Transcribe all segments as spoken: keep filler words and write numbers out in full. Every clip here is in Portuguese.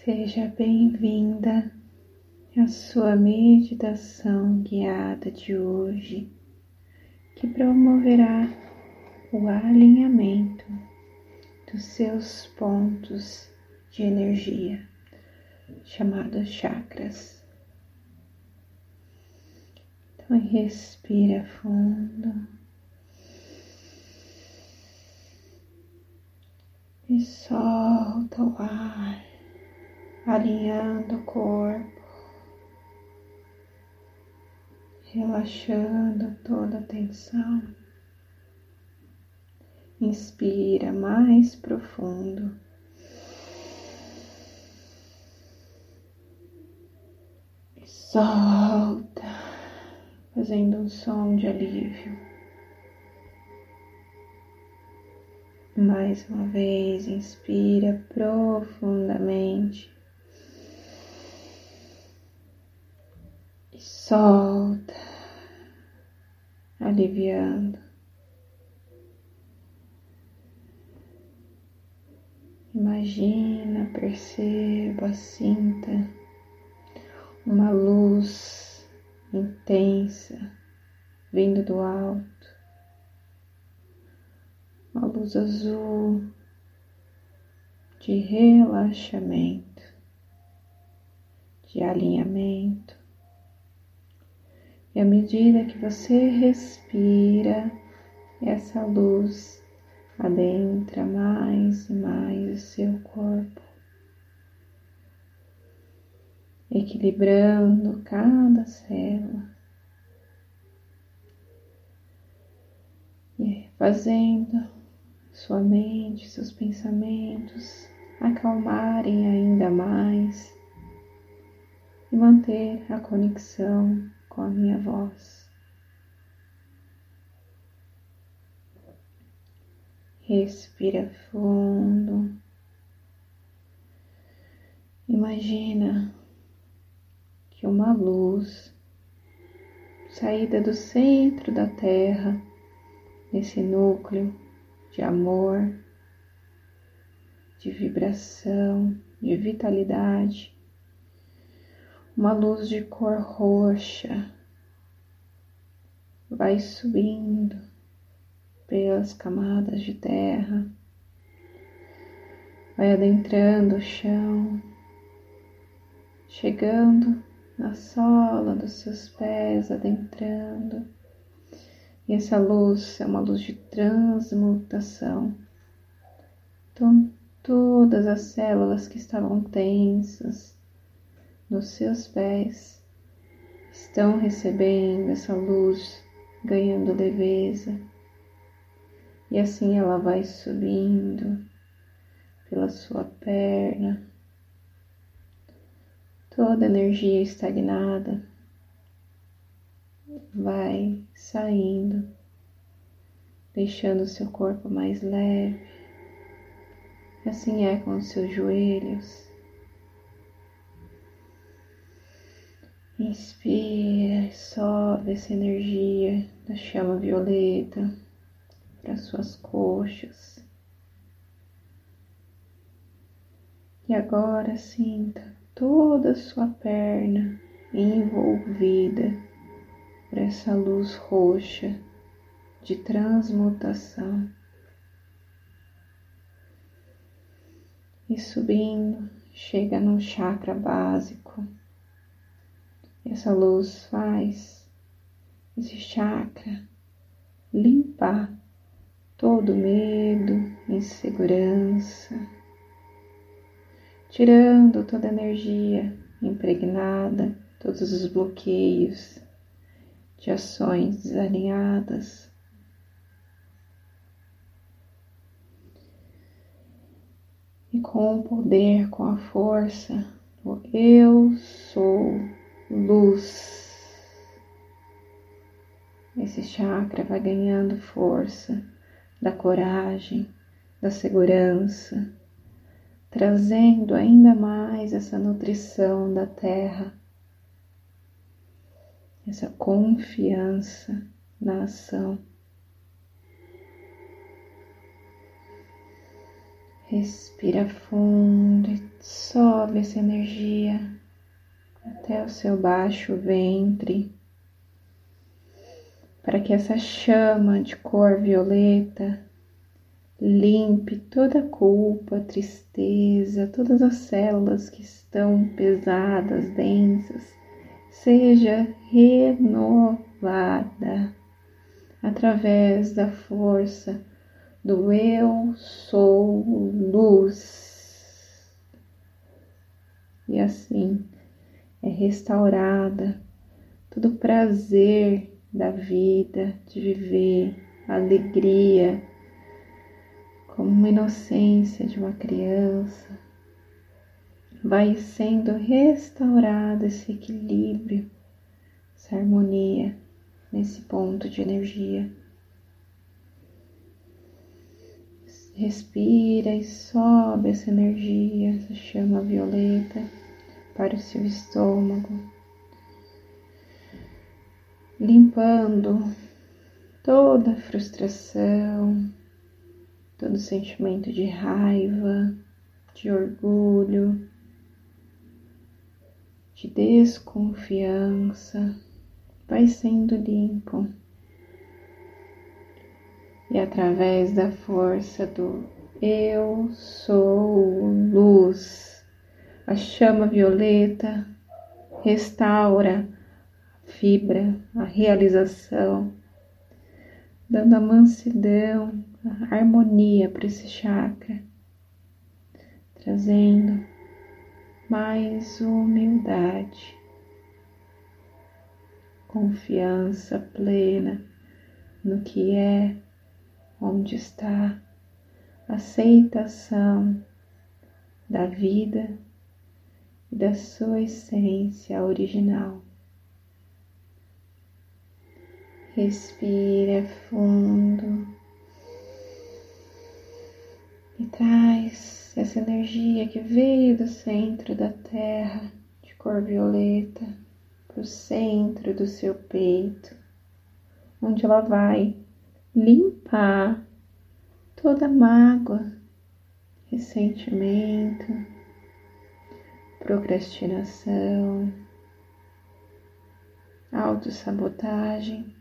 Seja bem-vinda à sua meditação guiada de hoje, que promoverá o alinhamento dos seus pontos de energia, chamados chakras. Então, respira fundo e solta o ar, alinhando o corpo, relaxando toda a tensão. Inspira mais profundo. E solta, fazendo um som de alívio. Mais uma vez, inspira profundamente. E solta, aliviando. Imagina, perceba, sinta uma luz intensa vindo do alto, uma luz azul de relaxamento, de alinhamento. E à medida que você respira, essa luz adentra mais e mais o seu corpo, equilibrando cada célula e fazendo sua mente, seus pensamentos acalmarem ainda mais e manter a conexão com a minha voz. Respira fundo. Imagina que uma luz saída do centro da Terra, nesse núcleo de amor, de vibração, de vitalidade, uma luz de cor roxa vai subindo pelas camadas de terra, vai adentrando o chão, chegando na sola dos seus pés, adentrando. E essa luz é uma luz de transmutação. Então, todas as células que estavam tensas nos seus pés estão recebendo essa luz, ganhando leveza. E assim ela vai subindo pela sua perna. Toda energia estagnada vai saindo, deixando o seu corpo mais leve. E assim é com os seus joelhos. Inspira e sobe essa energia da chama violeta para suas coxas. E agora sinta toda a sua perna envolvida por essa luz roxa de transmutação. E subindo, chega no chakra básico. Essa luz faz esse chakra limpar todo medo, insegurança, tirando toda a energia impregnada, todos os bloqueios de ações desalinhadas. E com o poder, com a força do Eu Sou Luz, esse chakra vai ganhando força da coragem, da segurança, trazendo ainda mais essa nutrição da terra, essa confiança na ação. Respira fundo e sobe essa energia até o seu baixo ventre, para que essa chama de cor violeta limpe toda a culpa, tristeza, todas as células que estão pesadas, densas, seja renovada através da força do Eu Sou Luz. E assim é restaurada todo o prazer da vida, de viver, a alegria, como uma inocência de uma criança. Vai sendo restaurado esse equilíbrio, essa harmonia nesse ponto de energia. Respira e sobe essa energia, essa chama violeta para o seu estômago, limpando toda a frustração, todo sentimento de raiva, de orgulho, de desconfiança, vai sendo limpo. E através da força do Eu Sou Luz, a chama violeta restaura a fibra, a realização, dando a mansidão, a harmonia para esse chakra, trazendo mais humildade, confiança plena no que é, onde está, aceitação da vida e da sua essência original. Respira fundo e traz essa energia que veio do centro da Terra, de cor violeta, para o centro do seu peito, onde ela vai limpar toda mágoa, ressentimento, procrastinação, autossabotagem.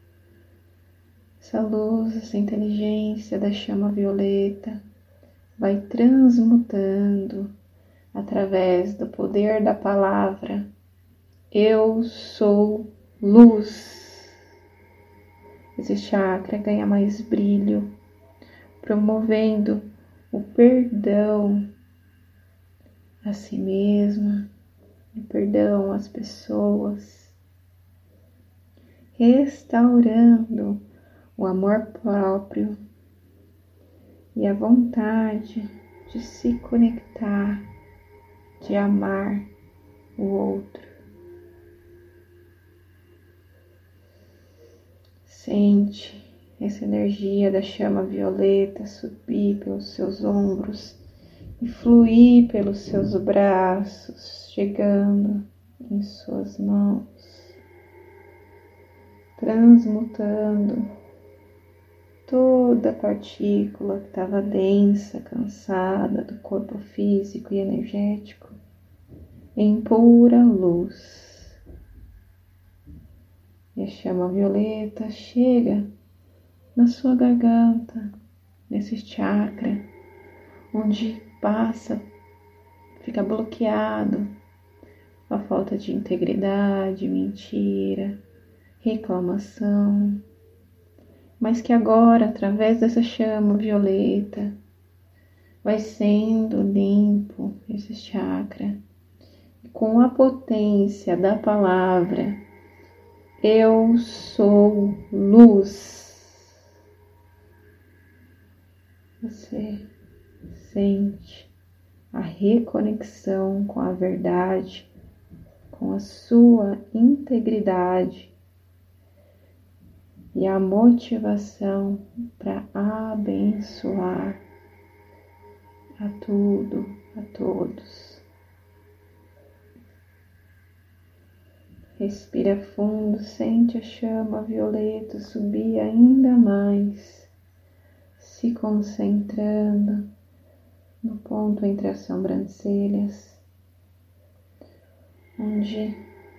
Essa luz, essa inteligência da chama violeta vai transmutando através do poder da palavra Eu Sou Luz. Esse chakra ganha mais brilho, promovendo o perdão a si mesma, o perdão às pessoas, restaurando o amor próprio e a vontade de se conectar, de amar o outro. Sente essa energia da chama violeta subir pelos seus ombros e fluir pelos seus braços, chegando em suas mãos, transmutando toda a partícula que estava densa, cansada do corpo físico e energético em pura luz. E a chama violeta chega na sua garganta, nesse chakra, onde passa, fica bloqueado a falta de integridade, mentira, reclamação, mas que agora, através dessa chama violeta, vai sendo limpo esse chakra, com a potência da palavra Eu Sou Luz. Você sente a reconexão com a verdade, com a sua integridade e a motivação para abençoar a tudo, a todos. Respira fundo, sente a chama violeta subir ainda mais, se concentrando no ponto entre as sobrancelhas, onde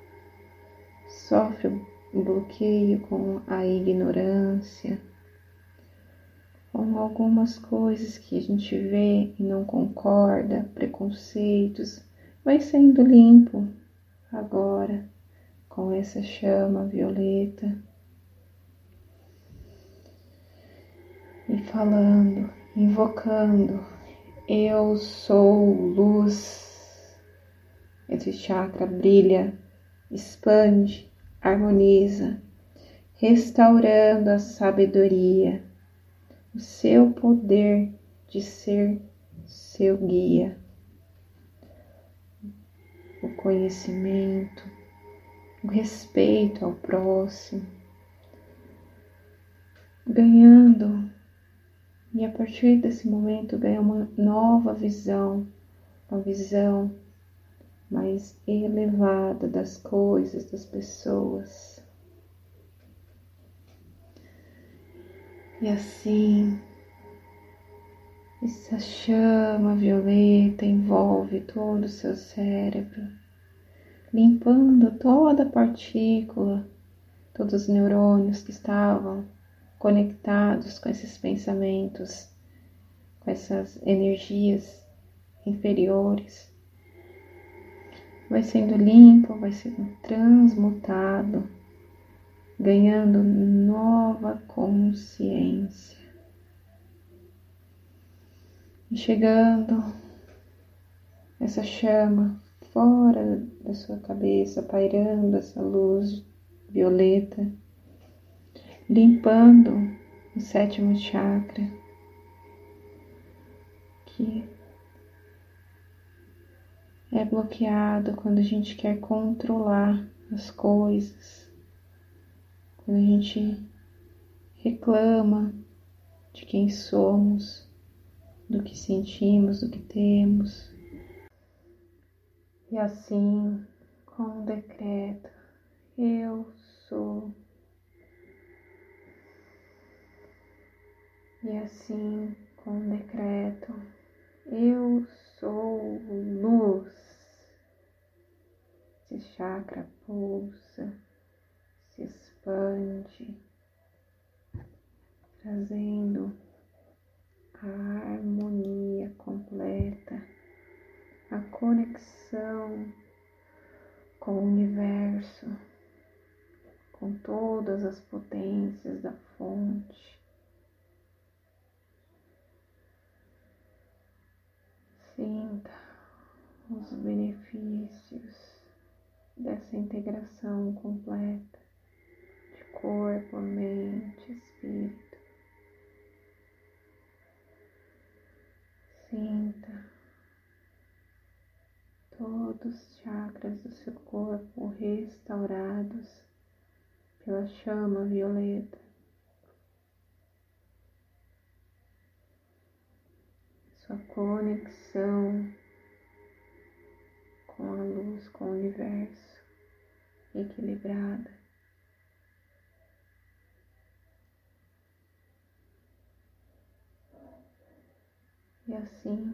sofre o bloqueio com a ignorância, com algumas coisas que a gente vê e não concorda, preconceitos, vai sendo limpo agora com essa chama violeta e falando, invocando, eu sou luz. Esse chakra brilha, expande, harmoniza, restaurando a sabedoria, o seu poder de ser seu guia, o conhecimento, o respeito ao próximo, ganhando, e a partir desse momento ganha uma nova visão, uma visão mais elevada das coisas, das pessoas. E assim, essa chama violeta envolve todo o seu cérebro, limpando toda a partícula, todos os neurônios que estavam conectados com esses pensamentos, com essas energias inferiores. Vai sendo limpo, vai sendo transmutado, ganhando nova consciência. E chegando essa chama fora da sua cabeça, pairando essa luz violeta, limpando o sétimo chakra, que é bloqueado quando a gente quer controlar as coisas, quando a gente reclama de quem somos, do que sentimos, do que temos. E assim, com o decreto, eu sou. E assim, com o decreto, eu sou luz. Esse chakra pulsa, se expande, trazendo a harmonia completa, a conexão com o universo, com todas as potências da fonte. Sinta os benefícios dessa integração completa de corpo, mente, espírito. Sinta todos os chakras do seu corpo restaurados pela chama violeta. Sua conexão com a luz, com o universo, equilibrada. E assim,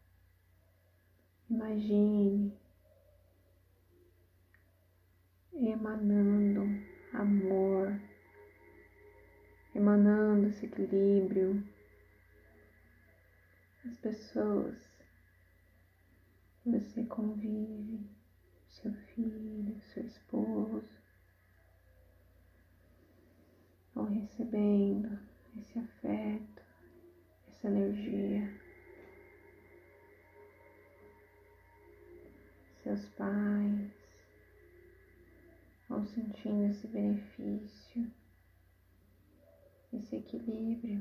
imagine emanando amor, emanando esse equilíbrio. As pessoas que você convive, seu filho, seu esposo, vão recebendo esse afeto, essa energia. Seus pais vão sentindo esse benefício, esse equilíbrio.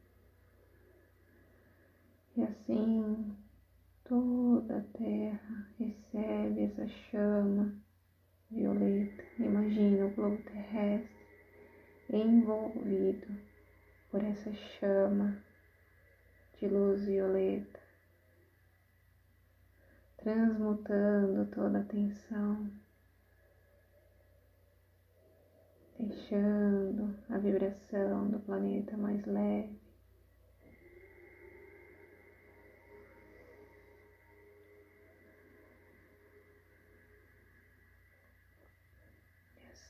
E assim, toda a terra recebe essa chama violeta. Imagina o globo terrestre envolvido por essa chama de luz violeta, transmutando toda a tensão, deixando a vibração do planeta mais leve.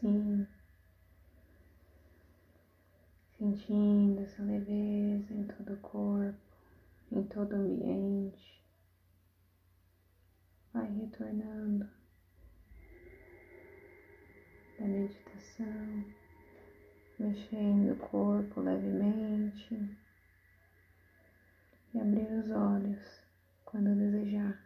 assim, sentindo essa leveza em todo o corpo, em todo o ambiente. Vai retornando da meditação, mexendo o corpo levemente e abrir os olhos quando desejar.